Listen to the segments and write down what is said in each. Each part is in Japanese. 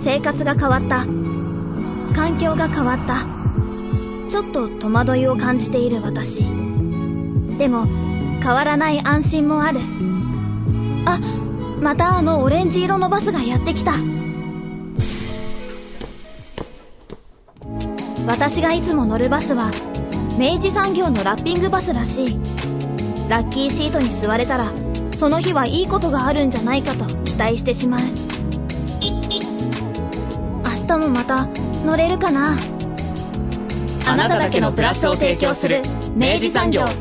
生活が変わった。環境が変わった。ちょっと戸惑いを感じている私。でも変わらない安心もある。あ、またあのオレンジ色のバスがやってきた。私がいつも乗るバスは明治産業のラッピングバスらしい。ラッキーシートに座れたらその日はいいことがあるんじゃないかと期待してしまう。明日もまた乗れるかな。 あなただけのプラスを提供する明治産業。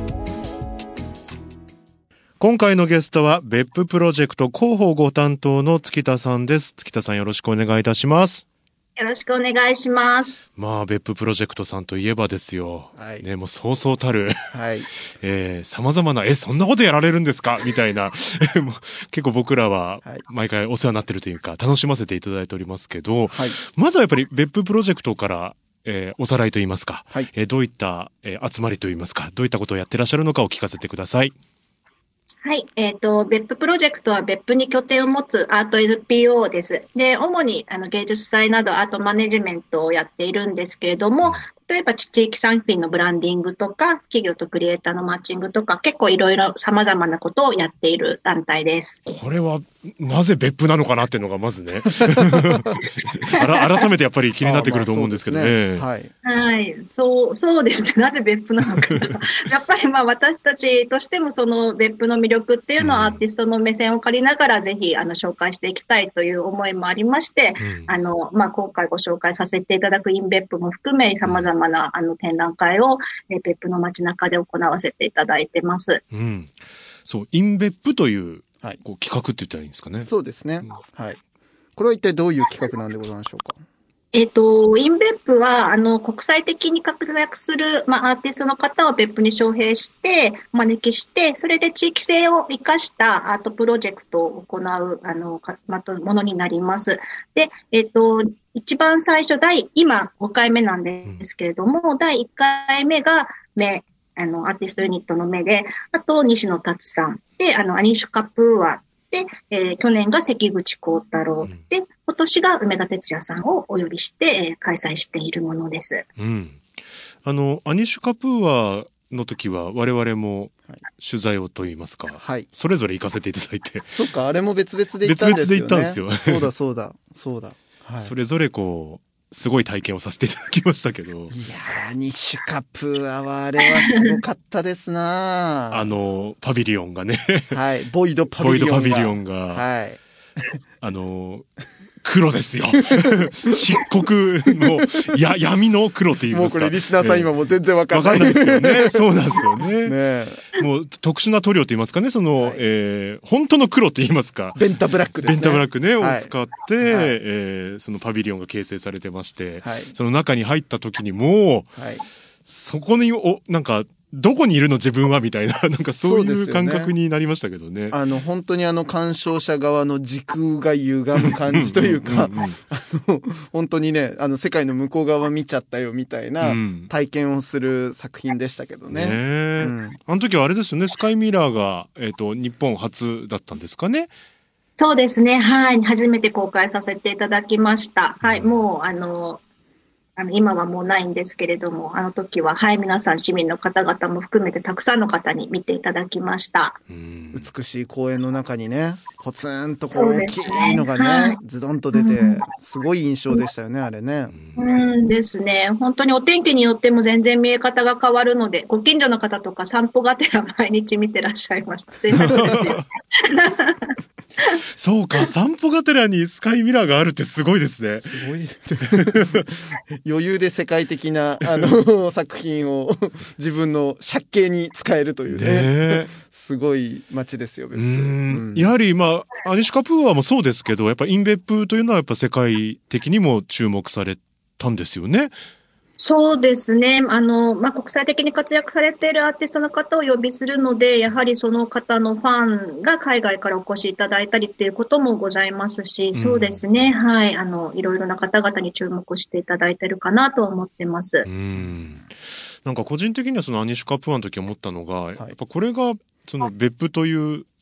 今回のゲストは別府プロジェクト広報ご担当の月田さんです。月田さん、よろしくお願いいたします。 よろしくお願いします。 まあ別府プロジェクトさんといえばですよ、はい、ね、もうそうそうたる、はい、様々なそんなことやられるんですかみたいな結構僕らは毎回お世話になってるというか楽しませていただいておりますけど、はい、まずはやっぱり別府プロジェクトからおさらいといいますか、はい、どういった、集まりといいますか、どういったことをやってらっしゃるのかを聞かせてください。 はい。別府プロジェクトは別府に拠点を持つアート NPO です。で、主に芸術祭などアートマネジメントをやっているんですけれども、例えば地域産品のブランディングとか、企業とクリエイターのマッチングとか、結構いろいろ様々なことをやっている団体です。 これはなぜ別府なのかなっていうのがまずね改めてやっぱり気になってくると思うんですけどね。 はい。はい。そうですね。なぜ別府なのかやっぱり私たちとしてもその別府の魅力っていうのはアーティストの目線を借りながらぜひ紹介していきたいという思いもありまして、今回ご紹介させていただくイン別府も含め様々な展覧会を別府の街中で行わせていただいてます。 うん。そう、イン別府という企画って言ったらいいんですかね。 そうですね。はい。これは一体どういう企画なんでございましょうか。 イン別府は、国際的に活躍する、アーティストの方を別府に招聘して、お招きして、それで地域性を生かしたアートプロジェクトを行う、ものになります。で、一番最初、今5回目なんですけれども、第1回目がアーティストユニットの目で、あと、西野達さん。で、アニシュカプーア。で、去年が関口幸太郎。で、今年が梅田哲也さんをお呼びして、開催しているものです。 うん。アニシュカプーアの時は我々も取材をといいますか、はい、それぞれ行かせていただいて。 そっか、あれも別々で行ったんですよね。別々で行ったんですよ。そうだ。 はい、それぞれすごい体験をさせていただきましたけど。いやー、ニッシュカプーアはあれはすごかったですなパビリオンがね。 はい。ボイドパビリオンが。 はい。黒ですよ。漆黒の闇の黒って言いますか。 もうこれリスナーさん今もう全然わかんない。 わかんないですよね。そうなんですよね。ね、もう特殊な塗料と言いますかね、本当の黒って言いますか。 ベンタブラックですね。 ベンタブラックね、を使って、そのパビリオンが形成されてまして、その中に入った時にもう、そこになんか、どこにいるの自分はみたいな、なんかそういう感覚になりましたけどね。 本当に鑑賞者側の時空が歪む感じというか、本当にね、世界の向こう側見ちゃったよみたいな体験をする作品でしたけどね。 あの時はあれですよね、スカイミラーが、日本初だったんですかね。 そうですね、はい。初めて公開させていただきました。はい、もう今はもうないんですけれども、あの時は、はい、皆さん市民の方々も含めてたくさんの方に見ていただきました。 美しい公園の中にね、ポツンと大きいのがね、ズドンと出て、すごい印象でしたよね、あれね。 ですね。本当にお天気によっても全然見え方が変わるので、ご近所の方とか散歩がてら毎日見てらっしゃいました。贅沢ですよ。 そうか、散歩がてらにスカイミラーがあるってすごいですね。 すごい。余裕で世界的な作品を自分の借景に使えるというね。すごい街ですよ。 やはりアニシュカプーアもそうですけど、やっぱイン別府というのはやっぱ世界的にも注目されたんですよね。 そうですね。国際的に活躍されているアーティストの方をお呼びするので、やはりその方のファンが海外からお越しいただいたりっていうこともございますし、そうですね。はい。いろいろな方々に注目していただいてるかなと思ってます。 なんか個人的にはそのアニシュカプーアの時思ったのが、やっぱこれがその別府という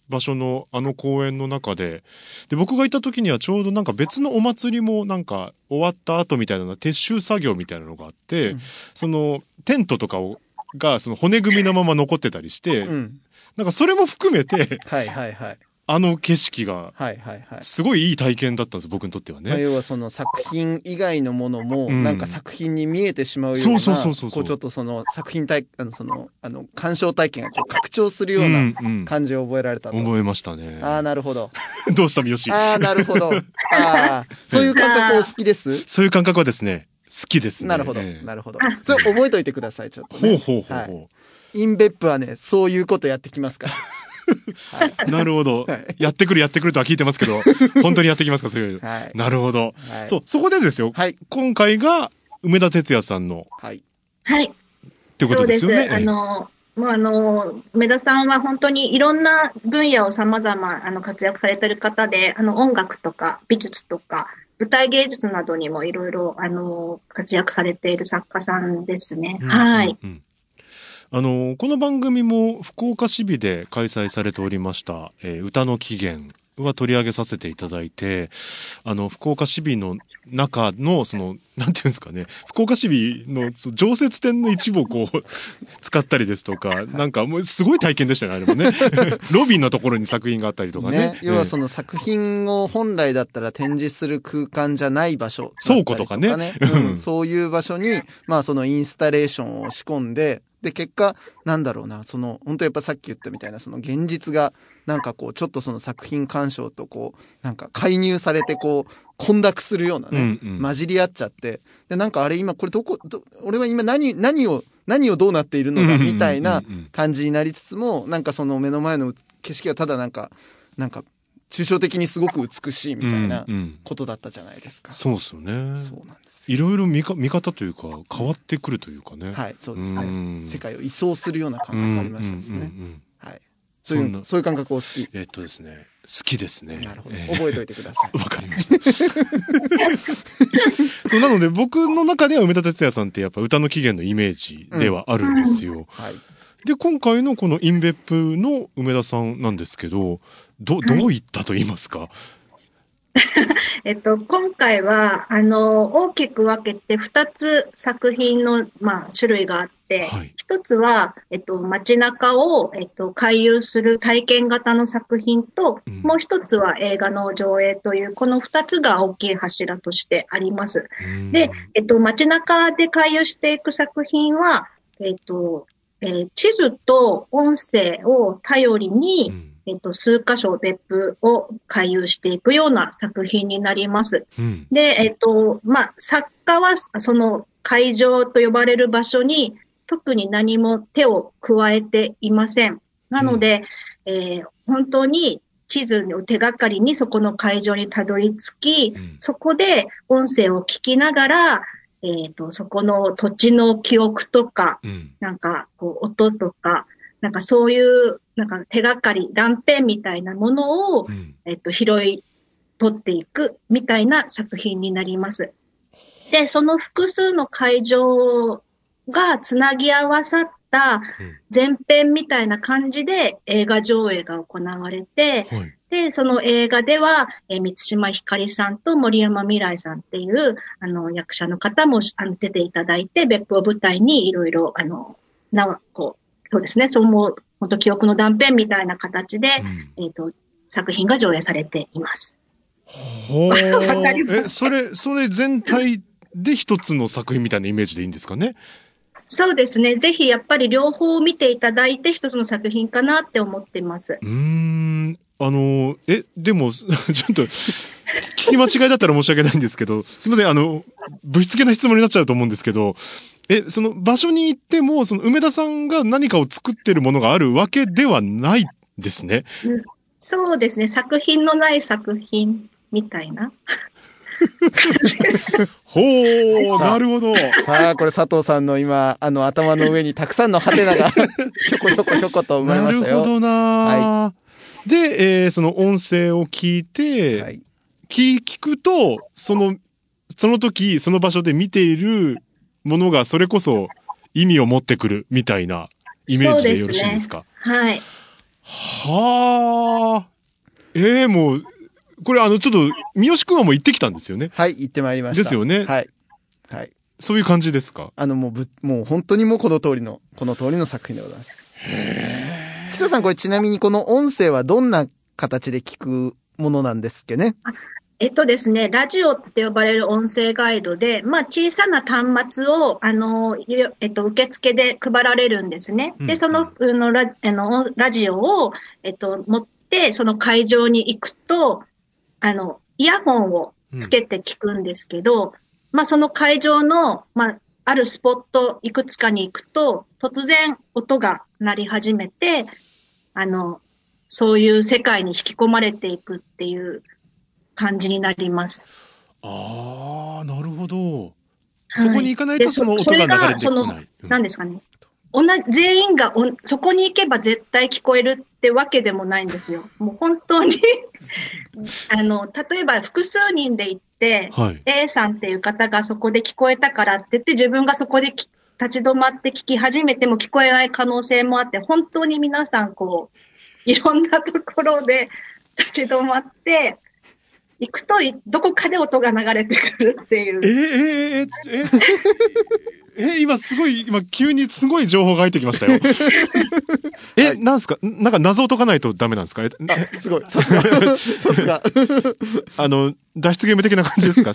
場所の公園の中で、僕が行った時にはちょうどなんか別のお祭りもなんか終わった後みたいな撤収作業みたいなのがあって、そのテントとかがその骨組みのまま残ってたりして、なんかそれも含めて、景色がすごいいい体験だったんです、僕にとってはね。 要はその作品以外のものもなんか作品に見えてしまうような、こうちょっとその作品鑑賞体験がこう拡張するような感じを覚えられたと。 覚えましたね。 ああ、なるほど。 どうした三好。 ああ、なるほど。ああ、そういう感覚お好きです？ そういう感覚はですね、好きですね。 なるほど、なるほど。それ覚えといてください、ちょっとね。 ほう。 インベップはね、そういうことやってきますから。 なるほど、やってくるとは聞いてますけど、本当にやってきますか、そういう、なるほど、そこでですよ、今回が梅田哲也さんのってことですよね。 梅田さんは本当にいろんな分野を様々活躍されている方で、音楽とか美術とか舞台芸術などにもいろいろ活躍されている作家さんですね。はい。 この番組も福岡市美で開催されておりました、歌の起源は取り上げさせていただいて、福岡市美の中のなんていうんですかね、福岡市美の常設展の一部をこう使ったりですとか、なんかもうすごい体験でしたね、あれもね。ロビーのところに作品があったりとかね。 要はその作品を本来だったら展示する空間じゃない場所、 倉庫とかね、 そういう場所にそのインスタレーションを仕込んで、で結果なんだろうな、本当やっぱさっき言ったみたいなその現実がなんかこうちょっとその作品鑑賞とこうなんか介入されてこう混濁するようなね、混じり合っちゃって、でなんかあれ今これ俺は今何をどうなっているのかみたいな感じになりつつも、なんかその目の前の景色がただなんか抽象的にすごく美しいみたいなことだったじゃないですか。 そうですよね。 そうなんですよ。 いろいろ見方というか変わってくるというかね。 はい、そうですね。世界を移送するような感覚がありましたですね。はい。そういう感覚を好き。 ですね。好きですね。 なるほど。覚えておいてください。 わかりました。そうなので僕の中では梅田哲也さんってやっぱ歌の起源のイメージではあるんですよ。はい。で今回のこのインベップの梅田さんなんですけど、どういったと言いますか。 今回は大きく分けて2つ作品の種類があって、1つは街中を回遊する体験型の作品と、もう1つは映画の上映というこの2つが大きい柱としてあります。で街中で回遊していく作品は地図と音声を頼りに、数箇所別府を回遊していくような作品になります。で、作家はその会場と呼ばれる場所に特に何も手を加えていません。なので、本当に地図を手がかりにそこの会場にたどり着き、そこで音声を聞きながら、そこの土地の記憶とか、なんかこう音とか、なんかそういうなんか手がかり、断片みたいなものを、拾い取っていくみたいな作品になります。で、その複数の会場がつなぎ合わさった前編みたいな感じで映画上映が行われて、で、その映画では、満島ひかりさんと森山未來さんっていう、役者の方も出ていただいて、別府を舞台にいろいろ、そうですね、本当記憶の断片みたいな形で、作品が上映されています。 それ全体で一つの作品みたいなイメージでいいんですかね。 そうですね。ぜひやっぱり両方見ていただいて一つの作品かなって思ってます。 でもちょっと聞き間違いだったら申し訳ないんですけど、すみません、ぶしつけな質問になっちゃうと思うんですけど、その場所に行ってもその梅田さんが何かを作ってるものがあるわけではないですね。 そうですね。作品のない作品みたいな。 ほう、なるほど。 さあ、これ佐藤さんの今頭の上にたくさんのハテナがひょこと生まれましたよ。 なるほどな。で、その音声を聞いて、聞くとその時その場所で見ているものがそれこそ意味を持ってくるみたいなイメージでよろしいですか。 はい。 はあ。もう、これちょっと、三好くんはもう行ってきたんですよね。 はい、行ってまいりました。 ですよね。 はい。はい。 そういう感じですか？ もう本当にもうこの通りの作品でございます。月田さん、これちなみにこの音声はどんな形で聞くものなんですっけね？ ですね、ラジオって呼ばれる音声ガイドで、小さな端末を、受付で配られるんですね。で、その、ラジオを、持って、その会場に行くと、イヤホンをつけて聞くんですけど、その会場の、あるスポットいくつかに行くと、突然音が鳴り始めて、そういう世界に引き込まれていくっていう感じになります。 ああ、なるほど。そこに行かないとその音が流れてこない。 何ですかね。全員がそこに行けば絶対聞こえるってわけでもないんですよ。もう本当に例えば複数人で行って、はい、A さんっていう方がそこで聞こえたからって言って自分がそこで立ち止まって聞き始めても聞こえない可能性もあって、本当に皆さんいろんなところで立ち止まって、行くとどこかで音が流れてくるっていう。 今急にすごい情報が入ってきましたよ。なんすか？なんか謎を解かないとダメなんですか？ すごい。さすが。 脱出ゲーム的な感じですか？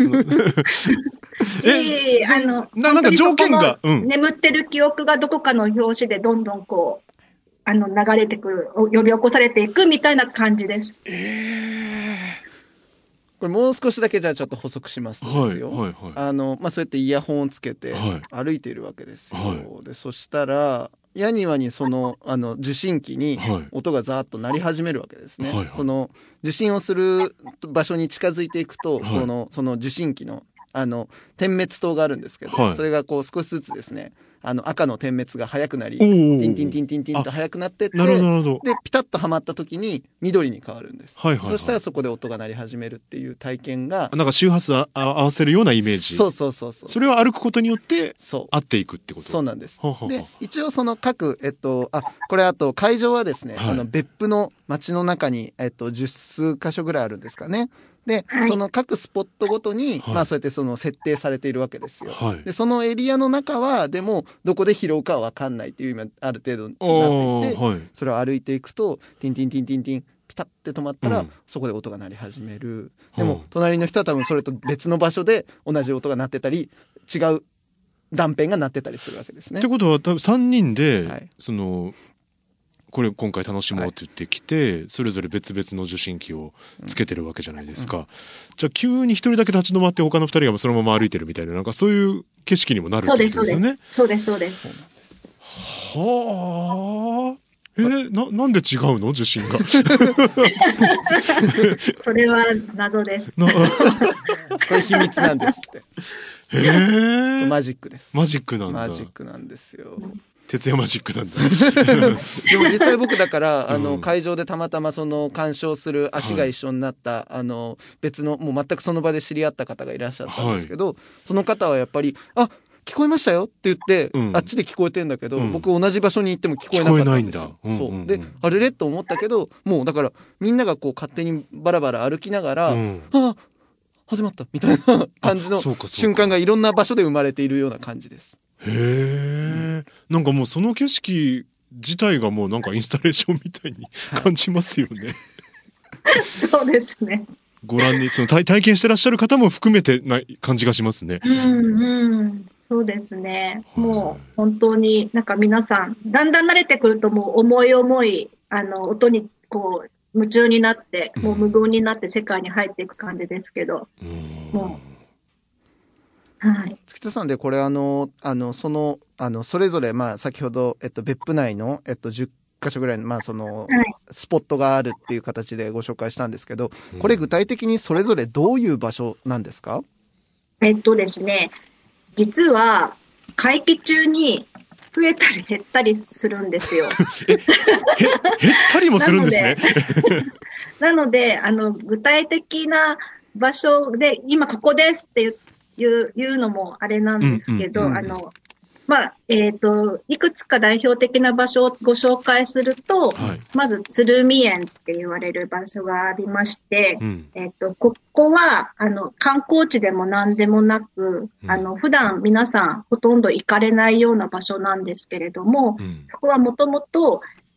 なんか条件が、 眠ってる記憶がどこかの表紙でどんどん流れてくる、呼び起こされていくみたいな感じです。 これもう少しだけじゃあちょっと補足しますとですよ。そうやってイヤホンをつけて歩いているわけですよ。で、そしたら、やにわにその、受信機に音がザーッと鳴り始めるわけですね。その、受信をする場所に近づいていくと、その受信機の、点滅灯があるんですけど、それが少しずつですね、赤の点滅が速くなり、ティンティンティンティンティンと速くなってって、で、ピタッとはまった時に緑に変わるんです。そしたらそこで音が鳴り始めるっていう体験が。 なんか周波数合わせるようなイメージ。 そう。 それを歩くことによって、合っていくってこと？ そうなんです。で、一応その各、これあと会場はですね、別府の街の中に、十数箇所ぐらいあるんですかね。で、その各スポットごとに、そうやってその設定されているわけですよ。で、そのエリアの中は、でも、どこで拾うかは分かんないっていう今、ある程度になっていて、それを歩いていくと、ティンティンティンティンティン、ピタッて止まったら、そこで音が鳴り始める。でも、隣の人は多分それと別の場所で同じ音が鳴ってたり、違う断片が鳴ってたりするわけですね。 ってことは、多分3人で、これ今回楽しもうって言ってきて、それぞれ別々の受信機をつけてるわけじゃないですか。じゃあ急に一人だけ立ち止まって他の二人がそのまま歩いてるみたいな、なんかそういう景色にもなるってことですよね。 そうです。 はあ。なんで違うの？受信が。 それは謎です。 これ秘密なんですって。マジックです。 マジックなんだ。 マジックなんですよ。 徹夜マジックなんだ。 でも実際僕だから会場でたまたまその鑑賞する足が一緒になった別のもう全くその場で知り合った方がいらっしゃったんですけど、その方はやっぱり聞こえましたよって言って、あっちで聞こえてんだけど、僕同じ場所に行っても聞こえなかったんですよ。そうであれれと思ったけど、もうだからみんなが勝手にバラバラ歩きながら、始まったみたいな感じの瞬間がいろんな場所で生まれているような感じです。 へえ。なんかもうその景色自体がもうなんかインスタレーションみたいに感じますよね。 そうですね。 ご覧に体験してらっしゃる方も含めてない感じがしますね。 そうですね。もう本当になんか皆さんだんだん慣れてくるともう思い音に夢中になって、もう無言になって世界に入っていく感じですけど、もう。 月田さんでこれそれぞれ先ほど別府内の10箇所ぐらいのスポットがあるっていう形でご紹介したんですけど、これ具体的にそれぞれどういう場所なんですか？ ですね、実は会期中に増えたり減ったりするんですよ。 減ったりもするんですね。 なので具体的な場所で今ここですっていうのもあれなんですけど、 いくつか代表的な場所をご紹介すると、はい、まず、鶴見園って言われる場所がありまして、ここは、観光地でも何でもなく、普段皆さんほとんど行かれないような場所なんですけれども、そこはもともと、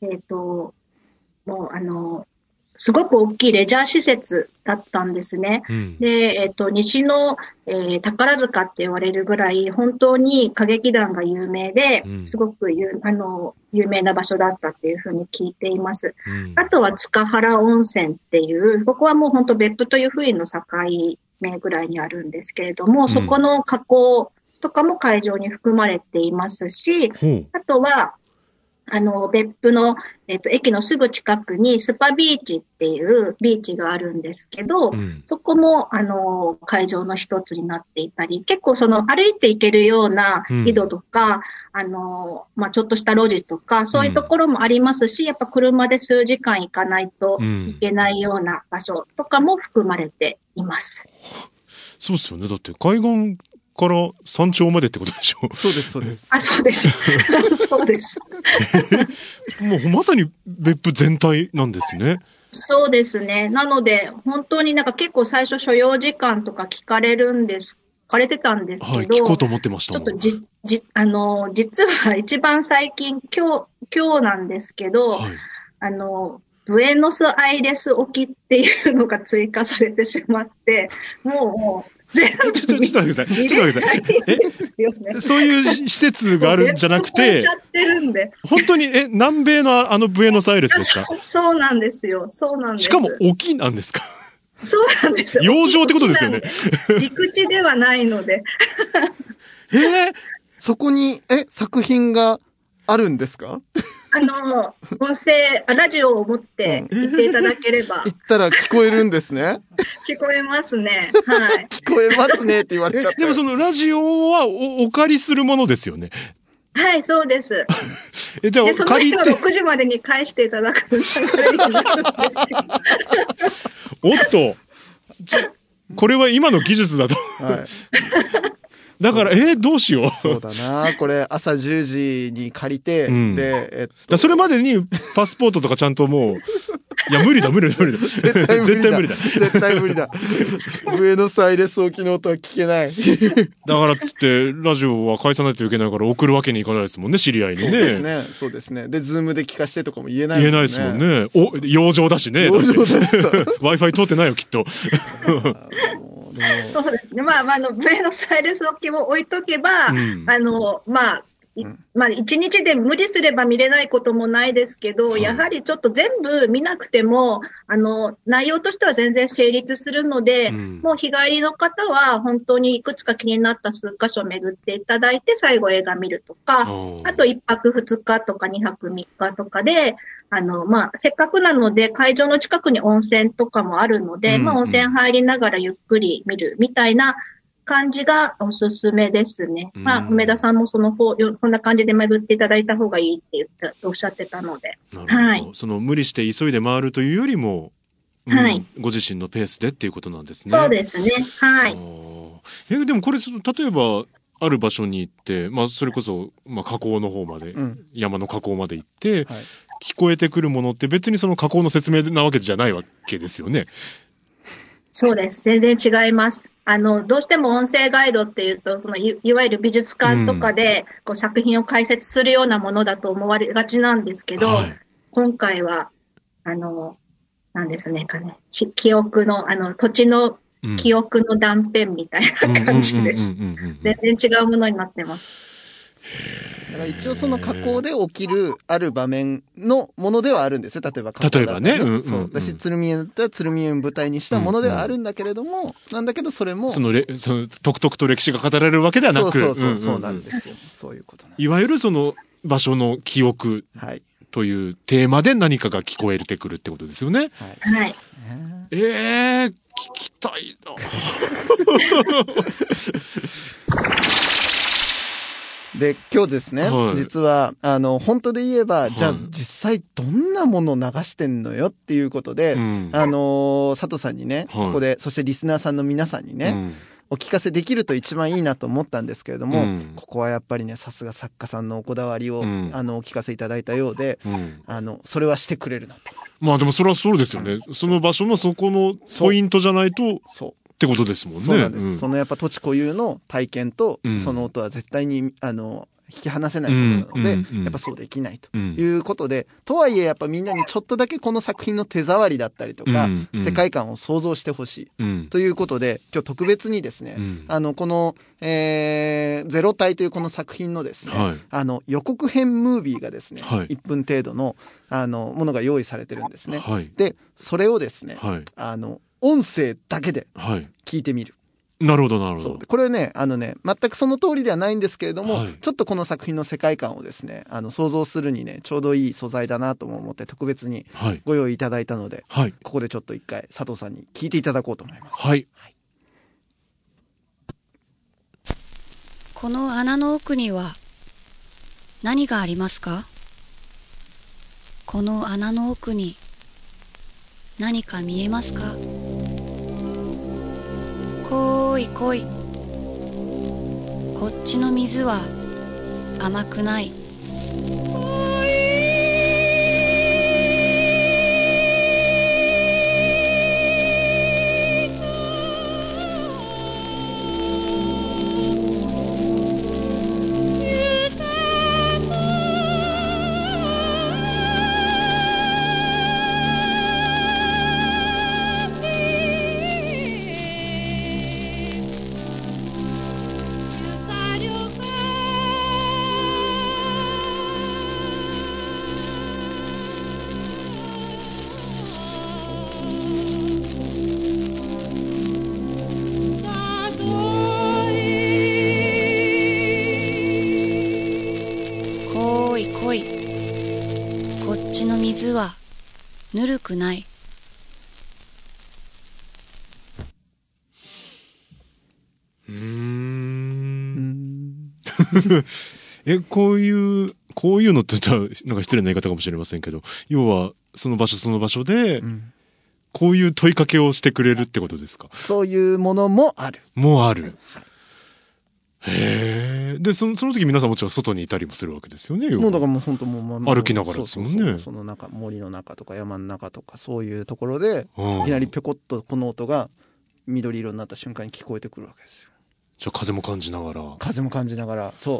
すごく大きいレジャー施設だったんですね。で、西の、宝塚って言われるぐらい、本当に歌劇団が有名で、すごく有名な場所だったっていうふうに聞いています。あとは塚原温泉っていう、ここはもう本当別府という府の境目ぐらいにあるんですけれども、そこの河口とかも会場に含まれていますし、あとは、別府の、駅のすぐ近くにスパビーチっていうビーチがあるんですけど、そこも、会場の一つになっていたり、結構歩いて行けるような井戸とか、ちょっとした路地とか、そういうところもありますし、やっぱ車で数時間行かないといけないような場所とかも含まれています。 そうですよね。だって海岸から山頂までってことでしょ。 そうです、そうです。 そうです。そうです。 もうまさに別府全体なんですね。 そうですね。なので、本当に結構最初所要時間とか聞かれてたんですけど。はい、 聞こうと思ってましたもん。 ちょっと実は一番最近、今日なんですけど、はい、ブエノスアイレス沖っていうのが追加されてしまって、もう、 ちょっと待ってください。そういう施設があるんじゃなくて、本当に、南米のブエノスアイレスですか？ そうなんですよ。そうなんです。 しかも沖なんですか？ そうなんですよ。 洋上ってことですよね。 陸地ではないので。 そこに、作品があるんですか？ 音声、ラジオを持って行っていただければ。 行ったら聞こえるんですね。 聞こえますね。はい。 聞こえますねって言われちゃった。 でもそのラジオはお借りするものですよね。 はい、そうです。 じゃあ、 その日の6時までに返していただくおっと、これは今の技術だと。はいだから、どうしよう。 そうだな。これ、朝10時に借りて、で、 それまでにパスポートとかちゃんともう、いや、無理だ。絶対無理だ。ブエノスアイレス沖の音は聞けない。 だからつって、ラジオは返さないといけないから送るわけにいかないですもんね、知り合いにね。 そうですね。で、ズームで聞かしてとかも言えないもんね。 言えないですもんね。洋上だしね。 洋上だしさ。 Wi-Fi 通ってないよ、きっと。 そうですね。ブエノスアイレス沖を置いとけば、一日で無理すれば見れないこともないですけど、やはりちょっと全部見なくても、内容としては全然成立するので、もう日帰りの方は本当にいくつか気になった数箇所巡っていただいて、最後映画見るとか、あと1泊2日とか2泊3日とかで、せっかくなので会場の近くに温泉とかもあるので、温泉入りながらゆっくり見るみたいな感じがおすすめですね。梅田さんもこんな感じで巡っていただいた方がいいっておっしゃってたので。 はい。無理して急いで回るというよりも、はい。ご自身のペースでっていうことなんですね。 そうですね。はい。 でもこれ、例えば、ある場所に行って、それこそ、河口の方まで、山の河口まで行って、はい、聞こえてくるものって別にその河口の説明なわけじゃないわけですよね。 そうです。全然違います。どうしても音声ガイドっていうと、いわゆる美術館とかで、作品を解説するようなものだと思われがちなんですけど、はい、今回は、なんですね、記憶の、土地の記憶の断片みたいな感じです。全然違うものになってます。 だから一応その河口で起きるある場面のものではあるんですよ。例えば河口だったらね。そう。だし、鶴見園だったら鶴見園舞台にしたものではあるんだけれども、なんだけどそれも。 独特と歴史が語られるわけではなく。 そうなんですよ。そういうことなんです。 いわゆるその場所の記憶というテーマで何かが聞こえてくるってことですよね。 はい。 聞きたいな。 で、今日ですね、はい、実は、本当で言えば、はい、じゃあ実際どんなものを流してんのよっていうことで、佐藤さんにね、ここで、そしてリスナーさんの皆さんにね、 お聞かせできると一番いいなと思ったんですけれども、ここはやっぱりね、さすが作家さんのおこだわりを、お聞かせいただいたようで、それはしてくれるなと。 まあでもそれはそうですよね。その場所のそこのポイントじゃないと、ってことですもんね。 そうなんです。そのやっぱ土地固有の体験と、その音は絶対に、引き離せないことなので、やっぱそうできないということで、とはいえやっぱみんなにちょっとだけこの作品の手触りだったりとか、世界観を想像してほしい、ということで、今日特別にですね、この、ゼロ体というこの作品のですね、予告編ムービーがですね、1分程度の、ものが用意されてるんですね。で、それをですね、音声だけで聞いてみる。 なるほどなるほど。 そうこれね全くその通りではないんですけれども、ちょっとこの作品の世界観をですね想像するにねちょうどいい素材だなとも思って特別にご用意いただいたので、ここでちょっと一回佐藤さんに聞いていただこうと思います。 この穴の奥には何がありますか？この穴の奥に何か見えますか？来い来い、こっちの水は甘くない。こっちの水はぬるくない。 こういうのって言ったらなんか失礼な言い方かもしれませんけど、要はその場所その場所で、こういう問いかけをしてくれるってことですか？ そういうものもある。 へえ。で、その時皆さんもちろん外にいたりもするわけですよね。 もうだからもう本当もう歩きながらですもんね。 その中、森の中とか山の中とかそういうところで、いきなりぴょこっとこの音が緑色になった瞬間に聞こえてくるわけですよ。 じゃあ風も感じながら。 そう。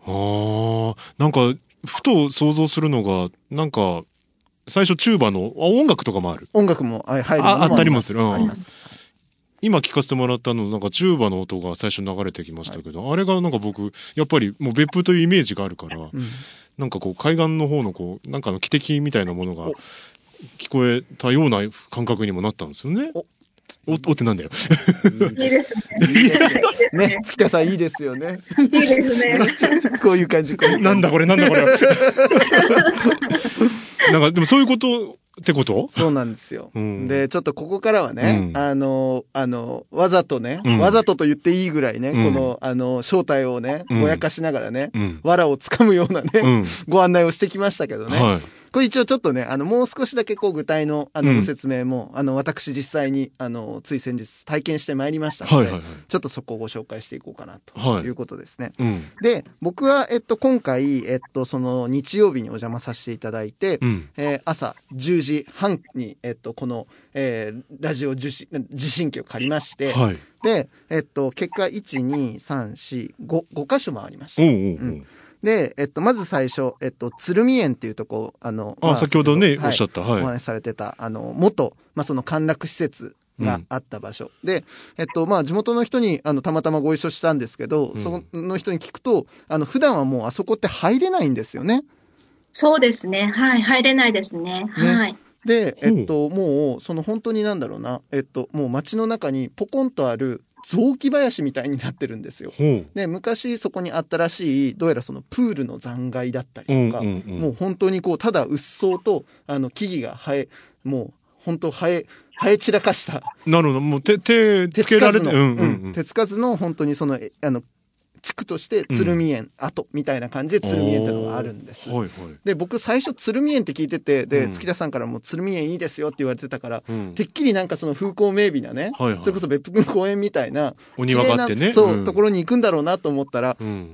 なんかふと想像するのがなんか最初チューバの音楽とかもある。 音楽も入るものもあったりもする。 あります。 今聞かせてもらったのなんかチューバの音が最初流れてきましたけど、あれがなんか僕やっぱりもう別府というイメージがあるから、なんかこう海岸の方のこうなんかの汽笛みたいなものが聞こえたような感覚にもなったんですよね。おってなんだよ。 いいですね。 ね、月田さんいいですよね。 いいですね。 こういう感じ。 なんだこれ。なんかでもそういうことってこと？ そうなんですよ。で、ちょっとここからはね、わざとね、わざとと言っていいぐらいね、この、正体をね、ぼやかしながらね、藁をつかむようなね、ご案内をしてきましたけどね。これ一応ちょっとね、もう少しだけこう具体の、ご説明も、私実際に、つい先日体験してまいりましたので、ちょっとそこをご紹介していこうかな、ということですね。で、僕は、今回、その日曜日にお邪魔させていただいて、朝10時半に、この、ラジオ受信機を借りまして、で、結果、1、2、3、4、5箇所回りました。で、まず最初、鶴見園っていうとこ、 先ほどね、おっしゃった、 お話しされてた、元、その歓楽施設があった場所。で、地元の人に、たまたまご一緒したんですけど、その人に聞くと、普段はもうあそこって入れないんですよね。 そうですね。はい、入れないですね。はい。 で、もう、その本当になんだろうな、もう街の中にポコンとある、雑木林みたいになってるんですよ。で、昔そこにあったらしい、どうやらそのプールの残骸だったりとか、もう本当にこう、ただうっそうと、木々がもう本当生え散らかした。 なるほど、もう手つけられて、 手つかずの本当にその、 地区として鶴見園跡みたいな感じで鶴見園ってのがあるんです、はいはい、で僕最初鶴見園って聞いてて、で月田さんからも鶴見園いいですよって言われてたから、てっきりなんかその風光明媚なね、はいはい、それこそ別府公園みたいなお庭があってね、 そう、ところに行くんだろうなと思ったら、と思って、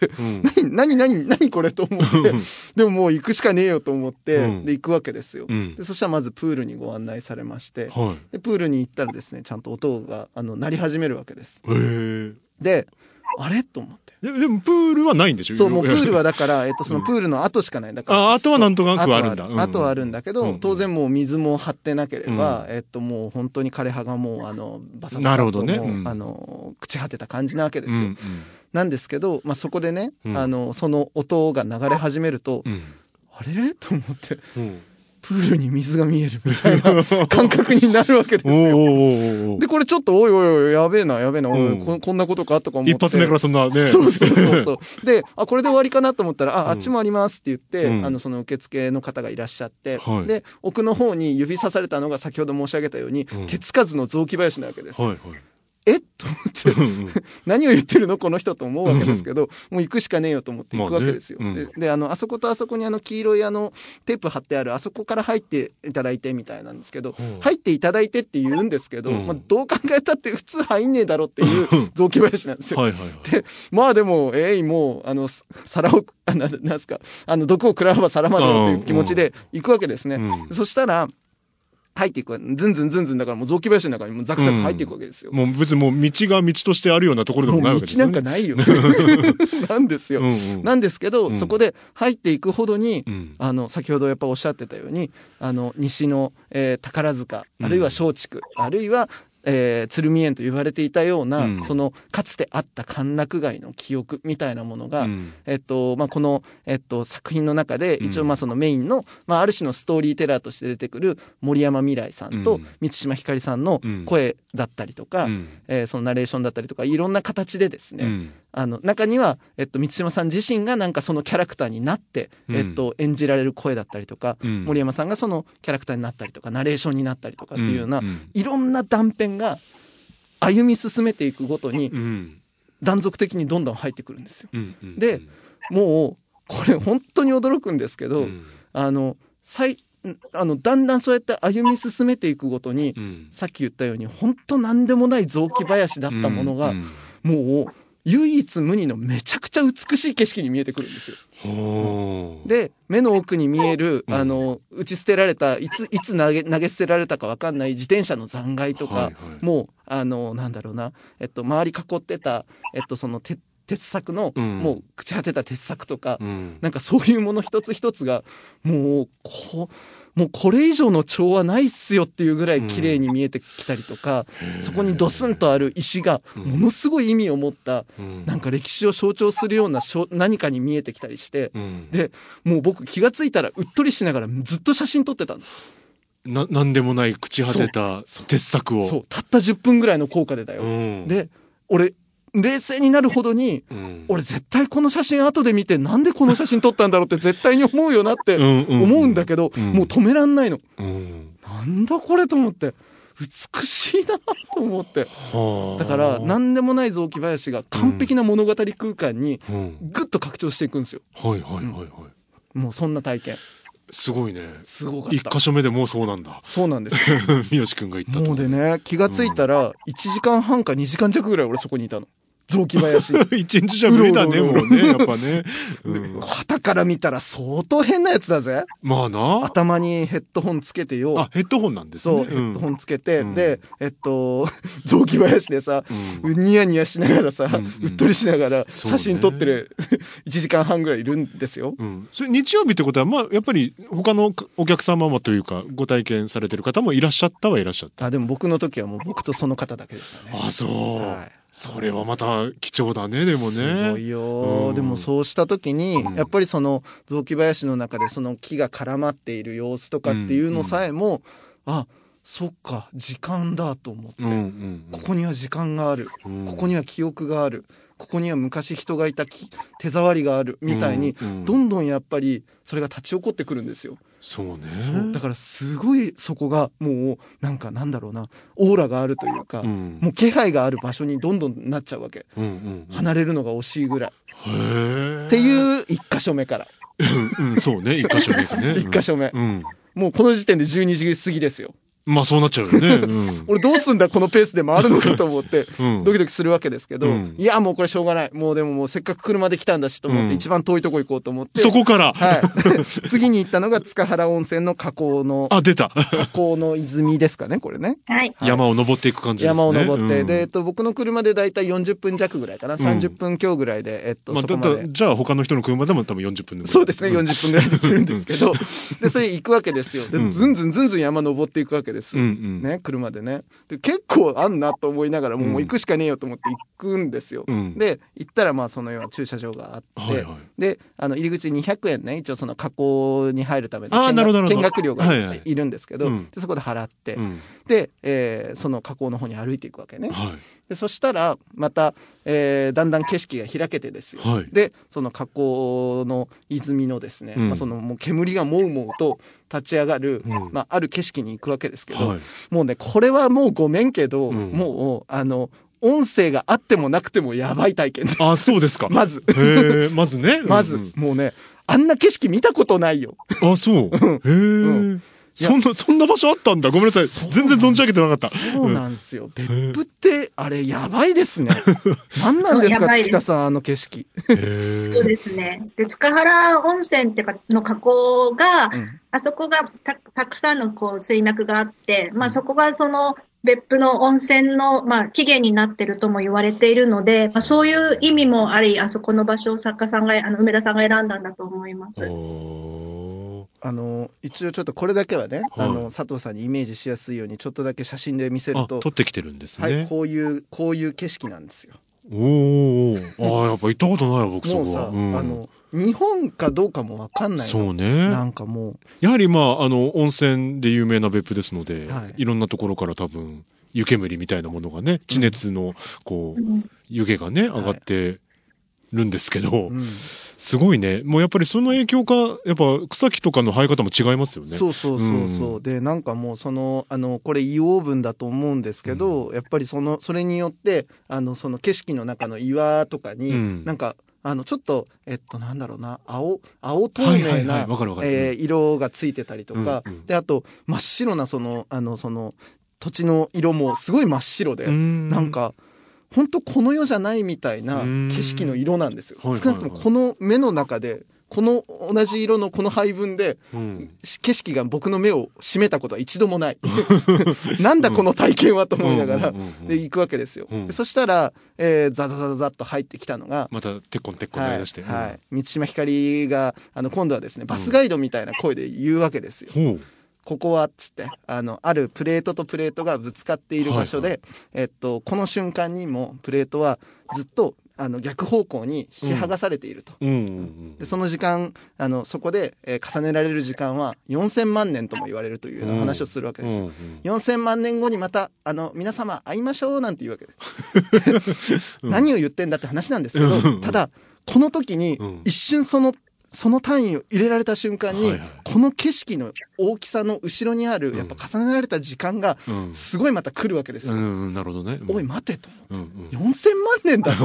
何これと思ってでももう行くしかねえよと思って、で行くわけですよ、でそしたらまずプールにご案内されまして、でプールに行ったらですね、ちゃんと音が鳴り始めるわけです。であれと思って、 でもプールはないんでしょ。 そう、もうプールはだからそのプールの跡しかない。だから跡はなんとなくあるんだ。 跡はあるんだけど、当然もう水も張ってなければ、もう本当に枯葉がもうバサバサとも、ね、朽ち果てた感じなわけですよ、なんですけど、そこでね、その音が流れ始めると、あれと思って、プールに水が見えるみたいな感覚になるわけですよ。でこれちょっとおいおいやべえな、こんなことかとか思って、 一発目からそんなね、 そうでこれで終わりかなと思ったら、あっちもありますって言って、その受付の方がいらっしゃって、で奥の方に指さされたのが先ほど申し上げたように、手つかずの雑木林なわけです。と思って何を言ってるのこの人と思うわけですけど、もう行くしかねえよと思って行くわけですよ。であそことあそこに黄色いテープ貼ってあるあそこから入っていただいてみたいなんですけど、入っていただいてって言うんですけど、どう考えたって普通入んねえだろっていう雑木林なんですよ。ででももう皿をなんすか毒を食らわば皿までよっていう気持ちで行くわけですね。そしたら入っていく、ずんずんだからもう雑木林の中にもザクザク入っていくわけですよ。 もう別にもう道が道としてあるようなところでもないわけですね。 もう道なんかないよなんですよ。なんですけど、そこで入っていくほどに、先ほどやっぱおっしゃってたように西の、宝塚、あるいは松竹、あるいは鶴見園と言われていたような、そのかつてあった歓楽街の記憶みたいなものが、この、作品の中で一応そのメインの、ある種のストーリーテラーとして出てくる森山未來さんと満島ひかりさんの声だったりとか、そのナレーションだったりとかいろんな形でですね、中には、満島さん自身がなんかそのキャラクターになって、演じられる声だったりとか、森山さんがそのキャラクターになったりとかナレーションになったりとかっていうような、いろんな断片が歩み進めていくごとに、断続的にどんどん入ってくるんですよ。でもうこれ本当に驚くんですけど、だんだんそうやって歩み進めていくごとに、さっき言ったように本当なんでもない雑木林だったものが、もう唯一無二のめちゃくちゃ美しい景色に見えてくるんですよ。で目の奥に見える打ち捨てられたいつ投げ捨てられたか分かんない自転車の残骸とか、もうなんだろうな、周り囲ってたその鉄柵の、もう朽ち果てた鉄柵とか、なんかそういうもの一つ一つがもうこれ以上の調和ないっすよっていうぐらい綺麗に見えてきたりとか、そこにドスンとある石がものすごい意味を持った、なんか歴史を象徴するような何かに見えてきたりして、でもう僕気がついたらうっとりしながらずっと写真撮ってたんです。 なんでもない朽ち果てた鉄柵を、 たった10分ぐらいの効果でだよ。で俺冷静になるほどに、俺絶対この写真後で見てなんでこの写真撮ったんだろうって絶対に思うよなって思うんだけど、もう止めらんないの。なんだこれと思って、美しいなと思って、だから何でもない雑木林が完璧な物語空間にぐっと拡張していくんですよ。もうそんな体験すごいね。 すごかった。 1箇所目でもうそうなんだ。 そうなんですよ三好くんが言ったと。 もうでね、気がついたら1時間半か2時間弱ぐらい俺そこにいたの。雑木林一日じゃ無理だね、もうね、やっぱね。 旗から見たら相当変なやつだぜ。 まあな。 頭にヘッドホンつけてよ。 ヘッドホンなんですね。 そう、ヘッドホンつけて、で、雑木林でさ、ニヤニヤしながらさ、うっとりしながら写真撮ってる1時間半ぐらいいるんですよ。 それ日曜日ってことは、やっぱり他のお客様というか、ご体験されてる方もいらっしゃったはいらっしゃった。 でも僕の時はもう僕とその方だけでしたね。 そう。それはまた貴重だね。でもねすごいよ。でもそうした時に、やっぱりその雑木林の中でその木が絡まっている様子とかっていうのさえも、そっか時間だと思って、ここには時間がある、ここには記憶がある、 ここには昔人がいた手触りがあるみたいに、どんどんやっぱりそれが立ち起こってくるんですよ。 そうね。 だからすごいそこがもうなんだろうな、オーラがあるというか、もう気配がある場所にどんどんなっちゃうわけ、離れるのが惜しいぐらいっていう1箇所目からそうね、1箇所目ね 1箇所目、もうこの時点で12時過ぎですよ。 まあそうなっちゃうよね、 俺どうすんだこのペースで回るのかと思ってドキドキするわけですけど、いやもうこれしょうがない、もうせっかく車で来たんだしと思って、一番遠いとこ行こうと思って、 そこから次に行ったのが塚原温泉の河口の河口の泉ですかね、これね、 山を登っていく感じですね。 山を登って、で僕の車でだいたい40分弱ぐらいかな、30分強ぐらいでそこまで、 じゃあ他の人の車でも多分40分ぐらい、 そうですね、40分ぐらいで来るんですけどでそれ行くわけですよ。でずんずん山登っていくわけですね、車でね。で結構あんなと思いながらもう行くしかねえよと思って行くんですよ、で行ったらまあその要は駐車場があって、で入り口200円ね、一応その河口に入るための見学料がいるんですけど、でそこで払って、で、その河口の方に歩いていくわけね、でそしたらまた、だんだん景色が開けてですよ、でその河口の泉のですね、そのもう煙がもうもうと立ち上がる、ある景色に行くわけですけど、もうねこれはもうごめんけど、もう音声があってもなくてもやばい体験です。 あ、そうですか。 まずまずね、 まずもうね、あんな景色見たことないよ。 あ、そう。へえ。そんな場所あったんだ。ごめんなさい。全然存じ上げてなかった。 そうなんですよ。別府ってあれやばいですね。何なんですか、月田さん、あの景色。 そうですね。で塚原温泉ってかの河口が、あそこがたくさんのこう水脈があって、そこがその別府の温泉の起源になってるとも言われているので、そういう意味もあり、あそこの場所を作家さんが梅田さんが選んだんだと思います。 一応ちょっとこれだけはね、佐藤さんにイメージしやすいようにちょっとだけ写真で見せると、 撮ってきてるんですね。 はい、こういう景色なんですよ。 おお、やっぱ行ったことないわ僕。 もうさ、日本かどうかも分かんないの。 そうね。 なんかもうやはり温泉で有名な別府ですので、いろんなところから多分湯煙みたいなものがね、地熱のこう湯気がね上がってるんですけど。すごいね。もうやっぱりその影響か、やっぱ草木とかの生え方も違いますよね。 そう。でなんかもうこれ硫黄分だと思うんですけど、やっぱりそれによってその景色の中の岩とかに、なんかちょっとなんだろうな、青透明な色がついてたりとか、であと真っ白なその土地の色もすごい真っ白で、なんか本当この世じゃないみたいな景色の色なんですよ。少なくともこの目の中でこの同じ色のこの配分で、景色が僕の目を占めたことは一度もないなんだこの体験はと思いながらで行くわけですよ。そしたら、ザザザザッと入ってきたのが、 またテッコンやりだして、 満島ひかりが今度はですねバスガイドみたいな声で言うわけですよ。ここはっつってあるプレートとプレートがぶつかっている場所で、この瞬間にもプレートはずっと逆方向に引き剥がされていると、でその時間そこで、重ねられる時間は4000万年とも言われるというような話をするわけですよ。4000万年後にまた皆様会いましょうなんて言うわけで何を言ってんだって話なんですけど、ただこの時に一瞬その単位を入れられた瞬間に、この景色の大きさの後ろにあるやっぱ重ねられた時間がすごいまた来るわけですよ。 なるほどね。 おい待てと思って、4000万年だと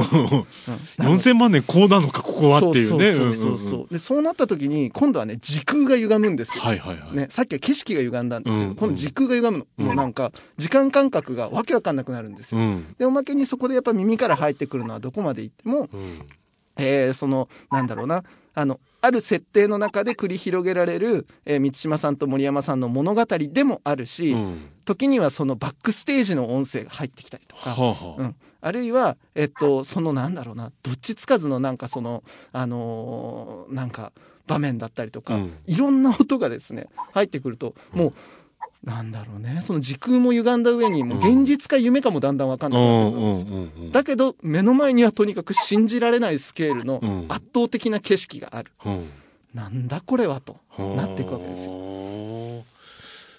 4000万年こうなのかここはっていうね。 でそうなった時に今度はね時空が歪むんですよ。ね、さっきは景色が歪んだんですけど、今度時空が歪むの。もうなんか時間感覚がわけわかんなくなるんですよ。でおまけにそこでやっぱ耳から入ってくるのはどこまで行っても、なんだろうな、ある設定の中で繰り広げられる、満島さんと森山さんの物語でもあるし、時にはそのバックステージの音声が入ってきたりとか、あるいは、なんだろうな、どっちつかずのなんかなんか場面だったりとか、いろんな音がですね入ってくると、もうなんだろうね、その時空も歪んだ上にもう現実か夢かもだんだん分かんなくなってくるんですよ。だけど目の前にはとにかく信じられないスケールの圧倒的な景色がある、なんだこれはとなっていくわけですよ。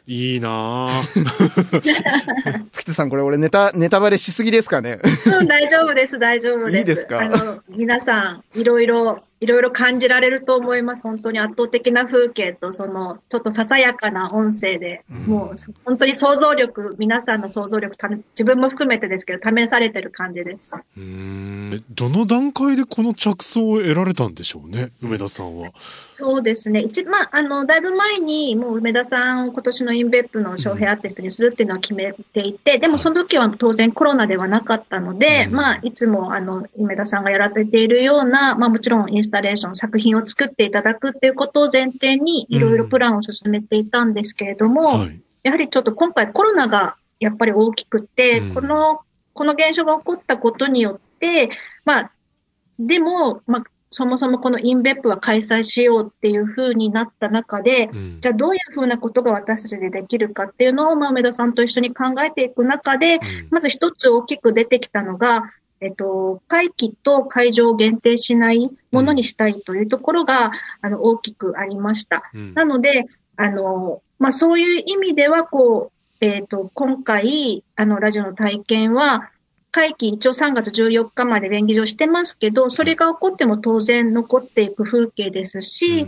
いいな月田さん、これ俺ネタバレしすぎですかね。 うん、大丈夫です、大丈夫です。 いいですか？ 皆さん、いろいろ感じられると思います。本当に圧倒的な風景と、ちょっとささやかな音声で、もう、本当に皆さんの想像力、自分も含めてですけど、試されてる感じです。 どの段階でこの着想を得られたんでしょうね、梅田さんは。 そうですね。だいぶ前に、もう梅田さんを今年のインベップの招聘アーティストにするっていうのは決めていて、でもその時は当然コロナではなかったので、いつも梅田さんがやられているような、もちろんインスタレーション、作品を作っていただくっていうことを前提に、いろいろプランを進めていたんですけれども、やはりちょっと今回コロナがやっぱり大きくて、この現象が起こったことによって、でも、そもそもこのインベップは開催しようっていう風になった中で、じゃあどういう風なことが私たちでできるかっていうのを、梅田さんと一緒に考えていく中で、まず一つ大きく出てきたのが、会期と会場を限定しないものにしたいというところが、大きくありました。なので、そういう意味では、今回、ラジオの体験は、会期一応3月14日まで連議上してますけど、それが起こっても当然残っていく風景ですし、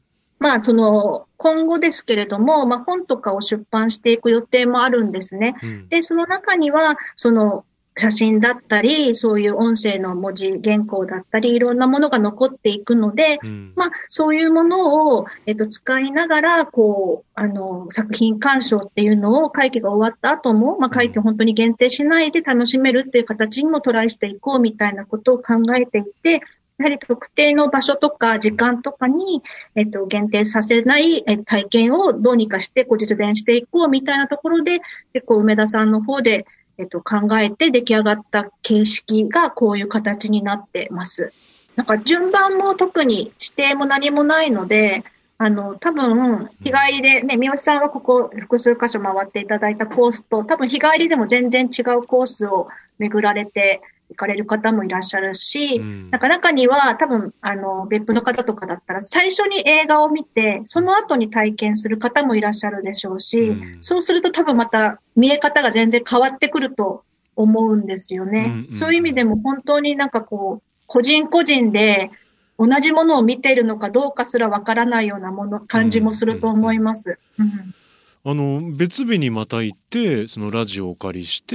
今後ですけれども、本とかを出版していく予定もあるんですね。で、その中には、写真だったり、そういう音声の文字原稿だったり、いろんなものが残っていくので、そういうものを、使いながら、作品鑑賞っていうのを会期が終わった後も、会期を本当に限定しないで楽しめるっていう形にもトライしていこうみたいなことを考えていて、やはり特定の場所とか時間とかに、限定させない体験をどうにかして実現していこうみたいなところで、結構梅田さんの方で、考えて出来上がった形式がこういう形になってます。なんか順番も特に指定も何もないので、多分、日帰りでね、三好さんはここ複数箇所回っていただいたコースと、多分日帰りでも全然違うコースを巡られて行かれる方もいらっしゃるし、中には多分、別府の方とかだったら最初に映画を見て、その後に体験する方もいらっしゃるでしょうし、そうすると多分また見え方が全然変わってくると思うんですよね。そういう意味でも本当に個人個人で同じものを見ているのかどうかすらわからないような感じもすると思います。 別日にまた行って、そのラジオをお借りして、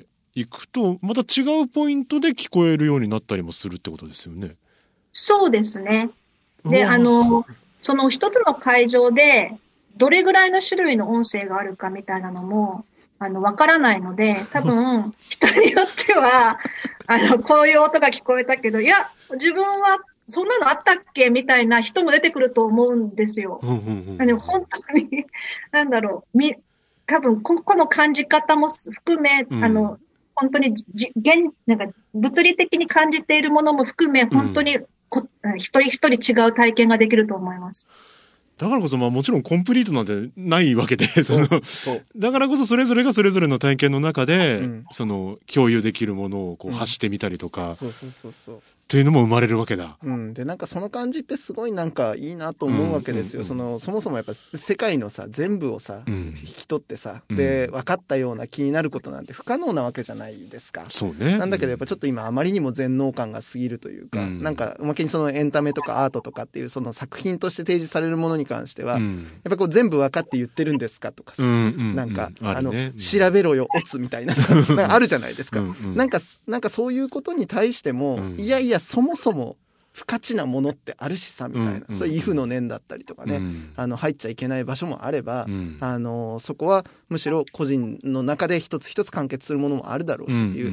行くとまた違うポイントで聞こえるようになったりもするってことですよね。 そうですね。で、その一つの会場でどれぐらいの種類の音声があるかみたいなのもわからないので、多分人によってはこういう音が聞こえたけど、いや自分はそんなのあったっけみたいな人も出てくると思うんですよ。本当に多分ここの感じ方も含め、本当に物理的に感じているものも含め、本当に一人一人違う体験ができると思います。 だからこそもちろんコンプリートなんてないわけで、だからこそそれぞれがそれぞれの体験の中で、共有できるものを発してみたりとか、っていうのも生まれるわけだ。 でその感じってすごいいいなと思うわけですよ。そもそもやっぱ世界の全部を引き取ってで分かったような気になることなんて不可能なわけじゃないですか。 そうね。 なんだけどやっぱちょっと今あまりにも全能感が過ぎるというか、おまけにエンタメとかアートとかっていう作品として提示されるものに関しては、やっぱ全部分かって言ってるんですかとか調べろよオツみたいなあるじゃないですか。そういうことに対しても、いやいやそもそも不価値なものってあるしさみたいな、そういうイフの念だったりとかね、入っちゃいけない場所もあれば、そこはむしろ個人の中で一つ一つ完結するものもあるだろうしっていう、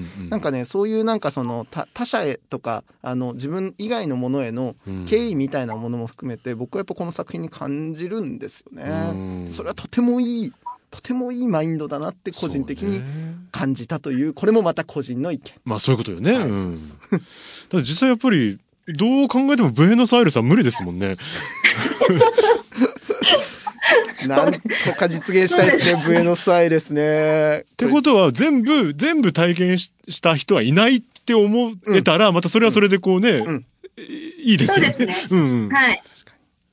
そういう他者へとか自分以外のものへの敬意みたいなものも含めて、僕はやっぱこの作品に感じるんですよね。それはとてもいいマインドだなって個人的に感じたという、これもまた個人の意見。 そういうことよね。ただ実際やっぱりどう考えてもブエノスアイレスは無理ですもんね。 なんとか実現したいですね、ブエノスアイレスね。 ってことは全部体験した人はいないって思えたら、またそれはそれでいいですよね。 そうですね。はい。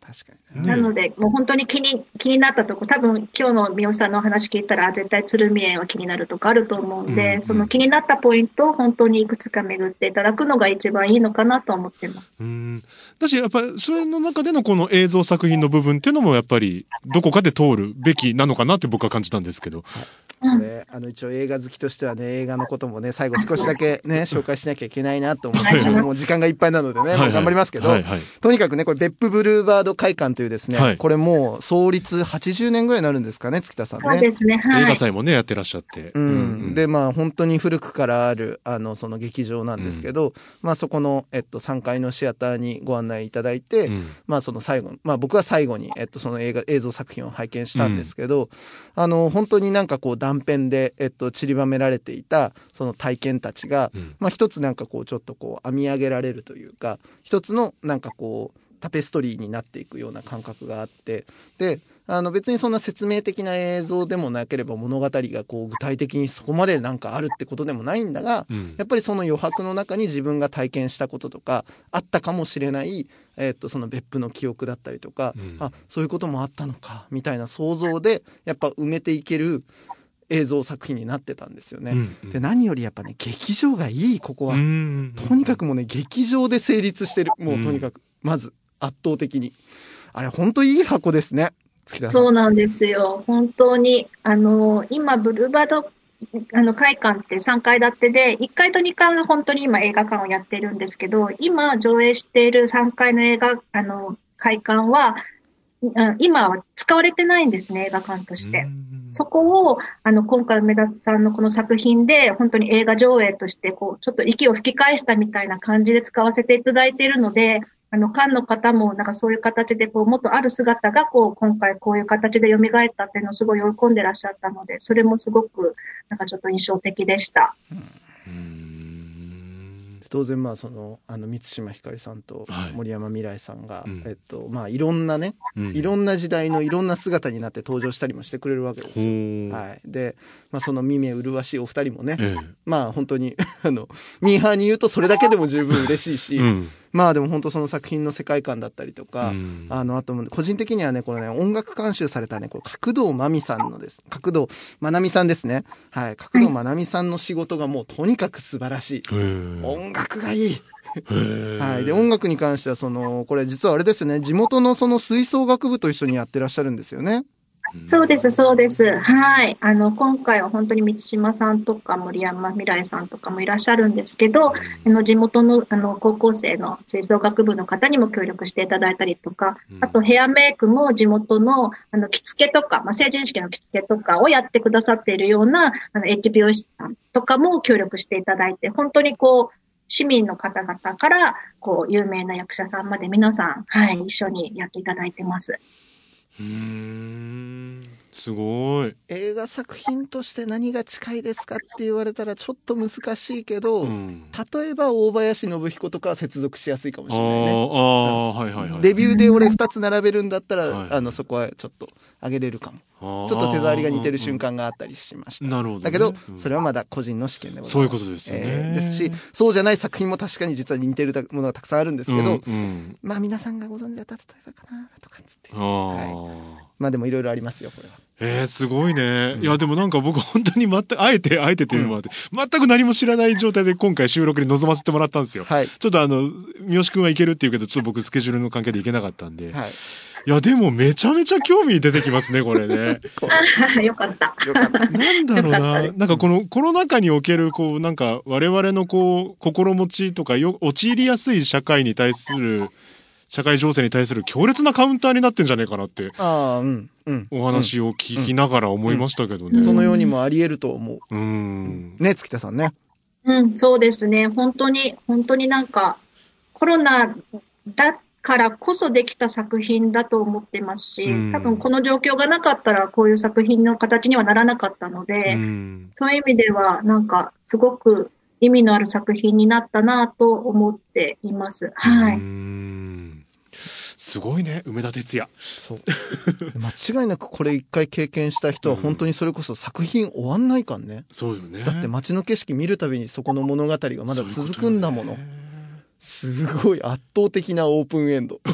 確かに。 なので、もう本当に気になったとこ、多分今日の三好さんのお話聞いたら、絶対鶴見園は気になるとかあると思うんで、その気になったポイントを本当にいくつか巡っていただくのが一番いいのかなと思ってます。 だし、やっぱりそれの中でのこの映像作品の部分っていうのもやっぱりどこかで通るべきなのかなって僕は感じたんですけど。 一応映画好きとしてはね、映画のこともね、最後少しだけね、紹介しなきゃいけないなと思って、もう時間がいっぱいなのでね、もう頑張りますけど、とにかくね、これ別府ブルーバード会館というですね、これもう創立80年ぐらいになるんですかね、月田さんね。 そうですね、はい。 映画祭もね、やってらっしゃって。 で、まあ本当に古くからある、その劇場なんですけど、まあそこの、3階のシアターにご案内いただいて、まあその最後、まあ僕は最後に、その映像作品を拝見したんですけど、本当になんかこう断片で、散りばめられていたその体験たちが、まあ一つなんかこうちょっとこう編み上げられるというか、一つのなんかこうタペストリーになっていくような感覚があって、で別にそんな説明的な映像でもなければ物語がこう具体的にそこまでなんかあるってことでもないんだが、やっぱりその余白の中に自分が体験したこととかあったかもしれない、その別府の記憶だったりとか、あ、そういうこともあったのかみたいな想像でやっぱ埋めていける映像作品になってたんですよね。で、何よりやっぱね、劇場がいい、ここは。とにかくもうね、劇場で成立してる。もうとにかく、まず圧倒的に。あれ、本当いい箱ですね。 そうなんですよ。本当に、今、ブルーバード、会館って3階建てで、1階と2階は本当に今映画館をやってるんですけど、今上映している3階の会館は、今は使われてないんですね、映画館として。そこを、今回梅田さんのこの作品で、本当に映画上映として、こう、ちょっと息を吹き返したみたいな感じで使わせていただいているので、館の方もなんかそういう形で、こう、もっとある姿が、こう、今回こういう形で蘇ったっていうのをすごい喜んでらっしゃったので、それもすごく、なんかちょっと印象的でした。 当然まあその満島ひかりさんと森山未來さんが、まあいろんなね、いろんな時代のいろんな姿になって登場したりもしてくれるわけですよ。はい、で、まあ、その見目麗しいお二人もね、まあ本当にミーハーに言うとそれだけでも十分嬉しいし、まあでも本当その作品の世界観だったりとか、あと個人的にはね、このね、音楽監修されたね、これ角堂真美さんのです。角堂真奈美さんですね。はい。角堂真奈美さんの仕事がもうとにかく素晴らしい。音楽がいい。はい。で、音楽に関してはこれ実はあれですね、地元のその吹奏楽部と一緒にやってらっしゃるんですよね。 そうです、そうです。はい。今回は本当に満島さんとか森山未來さんとかもいらっしゃるんですけど、地元の高校生の吹奏楽部の方にも協力していただいたりとか、あとヘアメイクも地元の着付けとか、まあ、成人式の着付けとかをやってくださっているようなH美容師さんとかも協力していただいて、本当にこう、市民の方々から、こう、有名な役者さんまで皆さん、はい、一緒にやっていただいてます。 すごい。 映画作品として何が近いですかって言われたらちょっと難しいけど、例えば大林信彦とかは接続しやすいかもしれないね。レビューで俺2つ並べるんだったら、そこはちょっと上げれるかも。ちょっと手触りが似てる瞬間があったりしました。 なるほど、ね。 だけど、それはまだ個人の試験でございます。 そういうことですよね。 ですし、そうじゃない作品も確かに実は似てるものがたくさんあるんですけど、まあ皆さんがご存知だったら例えばかなとかつって。まあでもいろいろありますよ、これは。 すごいね。いや、でもなんか僕本当に全く、あえてというのもあって、全く何も知らない状態で今回収録に臨ませてもらったんですよ。はい。ちょっと三好くんは行けるって言うけど、ちょっと僕スケジュールの関係で行けなかったんで。はい。いや、でもめちゃめちゃ興味出てきますね、これね。 よかった。 なんだろうな。なんかこのコロナ禍における、こう、なんか我々のこう、心持ちとか陥りやすい社会情勢に対する強烈なカウンターになってんじゃねえかなって。お話を聞きながら思いましたけどね。 そのようにもあり得ると思う。ね、月田さんね。 そうですね。本当になんか、コロナだからこそできた作品だと思ってますし、多分この状況がなかったらこういう作品の形にはならなかったので、そういう意味ではなんかすごく意味のある作品になったなと思っています。はい。 すごいね、梅田哲也。 そう。間違いなくこれ一回経験した人は本当にそれこそ作品終わんないかんね。 そうよね。 だって街の景色見るたびにそこの物語がまだ続くんだもの。 すごい圧倒的なオープンエンド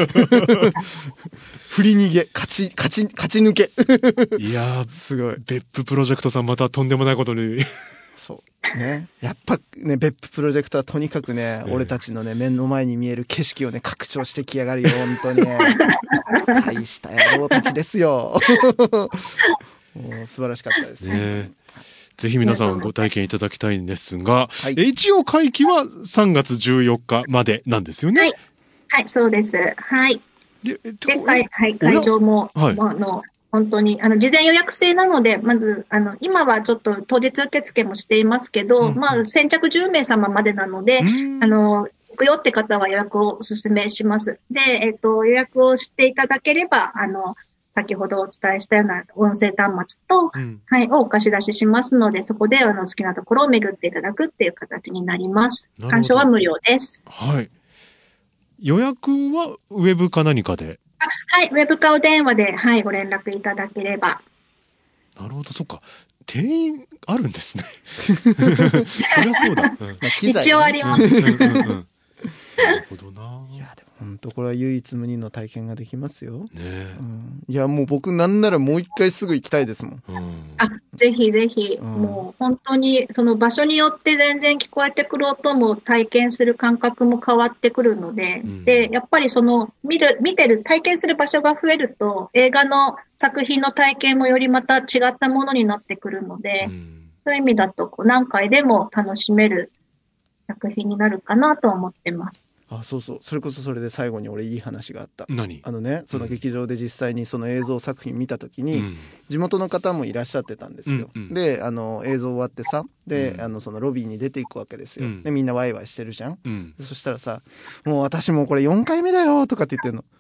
振り逃げ勝ち抜けいやーすごい。 別府プロジェクトさんまたとんでもないことにそうね、やっぱね別府プロジェクトはとにかくね、俺たちのね目の前に見える景色をね拡張してきやがるよ本当に大した野郎たちですよもう素晴らしかったですね。 ぜひ皆さんご体験いただきたいんですが、はい、一応会期は3月14日までなんですよね。 はい、はい、そうです。はい。で、会場も、はい、本当に、事前予約制なので、まず、今はちょっと当日受付もしていますけど、先着10名様までなので、行くよって方は予約をお勧めします。で、予約をしていただければ、先ほどお伝えしたような音声端末と、はい、をお貸し出ししますので、そこで好きなところを巡っていただくっていう形になります。鑑賞は無料です。 はい。予約はウェブか何かで？ はい、ウェブかお電話で、はい、ご連絡いただければ。 なるほど、そっか。定員あるんですね。そりゃそうだ。 一応あります。なるほどな。 いやでも本当これは唯一無二の体験ができますよ。ね、いやもう僕なんならもう一回すぐ行きたいですもん。 ぜひぜひ、もう本当にその場所によって全然聞こえてくる音も体験する感覚も変わってくるので、でやっぱりその見てる体験する場所が増えると映画の作品の体験もよりまた違ったものになってくるので、そういう意味だと何回でも楽しめる作品になるかなと思ってます。 そうそう、それこそそれで最後に俺いい話があった。 何？ その劇場で実際にその映像作品見た時に、地元の方もいらっしゃってたんですよ。で映像終わってさ、でそのロビーに出ていくわけですよ。でみんなワイワイしてるじゃん。そしたらさ、もう私もうこれ4回目だよとかって言ってんの。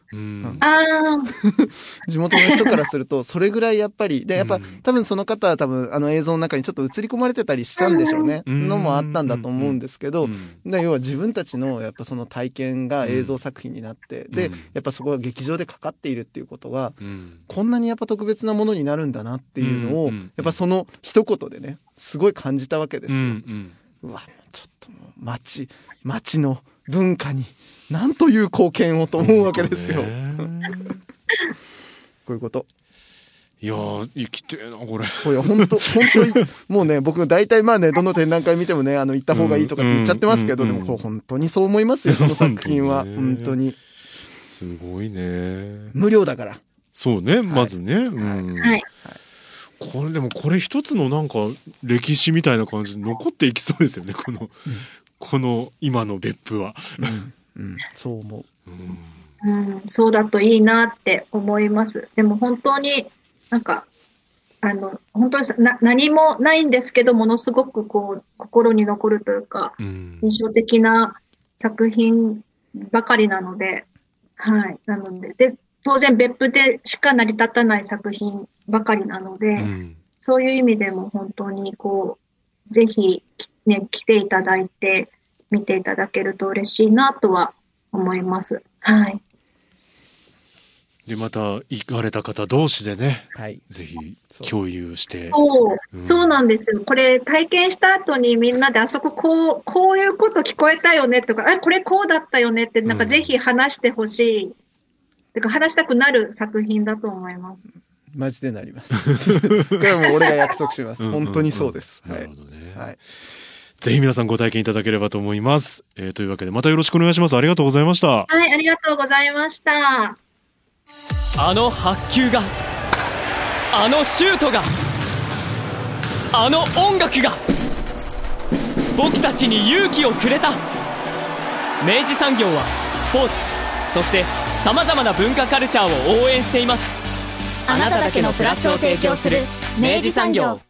地元の人からするとそれぐらいやっぱりで、やっぱ多分その方は多分映像の中にちょっと映り込まれてたりしたんでしょうね、のもあったんだと思うんですけど、要は自分たちのやっぱその体験が映像作品になって、でやっぱそこが劇場でかかっているっていうことは、こんなにやっぱ特別なものになるんだなっていうのを、やっぱその一言でねすごい感じたわけですよ。うわちょっともう町の文化になんという貢献をと思うわけですよ。こういうこと。 いやー生きてえなこれ。 これ本当にもうね僕大体どの展覧会見てもね行った方がいいとかって言っちゃってますけど、でもこれ本当にそう思いますよこの作品は本当に。 すごいね。 無料だから。 そうねまずね。はい。これでもこれ一つのなんか歴史みたいな感じで残っていきそうですよねこの今の別府は。 そう思う。 そうだといいなって思います。でも本当になんか本当に何もないんですけどものすごく心に残るというか、印象的な作品ばかりなので、はい。なので当然別府でしか成り立たない作品ばかりなので、そういう意味でも本当にぜひね来ていただいて見ていただけると嬉しいなとは思います。はい。 でまた行かれた方同士でね、ぜひ共有して。 そうなんですよ。これ体験した後にみんなであそここういうこと聞こえたよねとか、これこうだったよねってなんかぜひ話してほしい。てか話したくなる作品だと思います。 マジでなります。これはもう俺が約束します。本当にそうです。 なるほどね。はい。ぜひ皆さんご体験いただければと思います。というわけでまたよろしくお願いします。ありがとうございました。 はい、ありがとうございました。 白球が、シュートが、音楽が僕たちに勇気をくれた。明治産業はスポーツ、そしてさまざまな文化カルチャーを応援しています。 あなただけのプラスを提供する明治産業。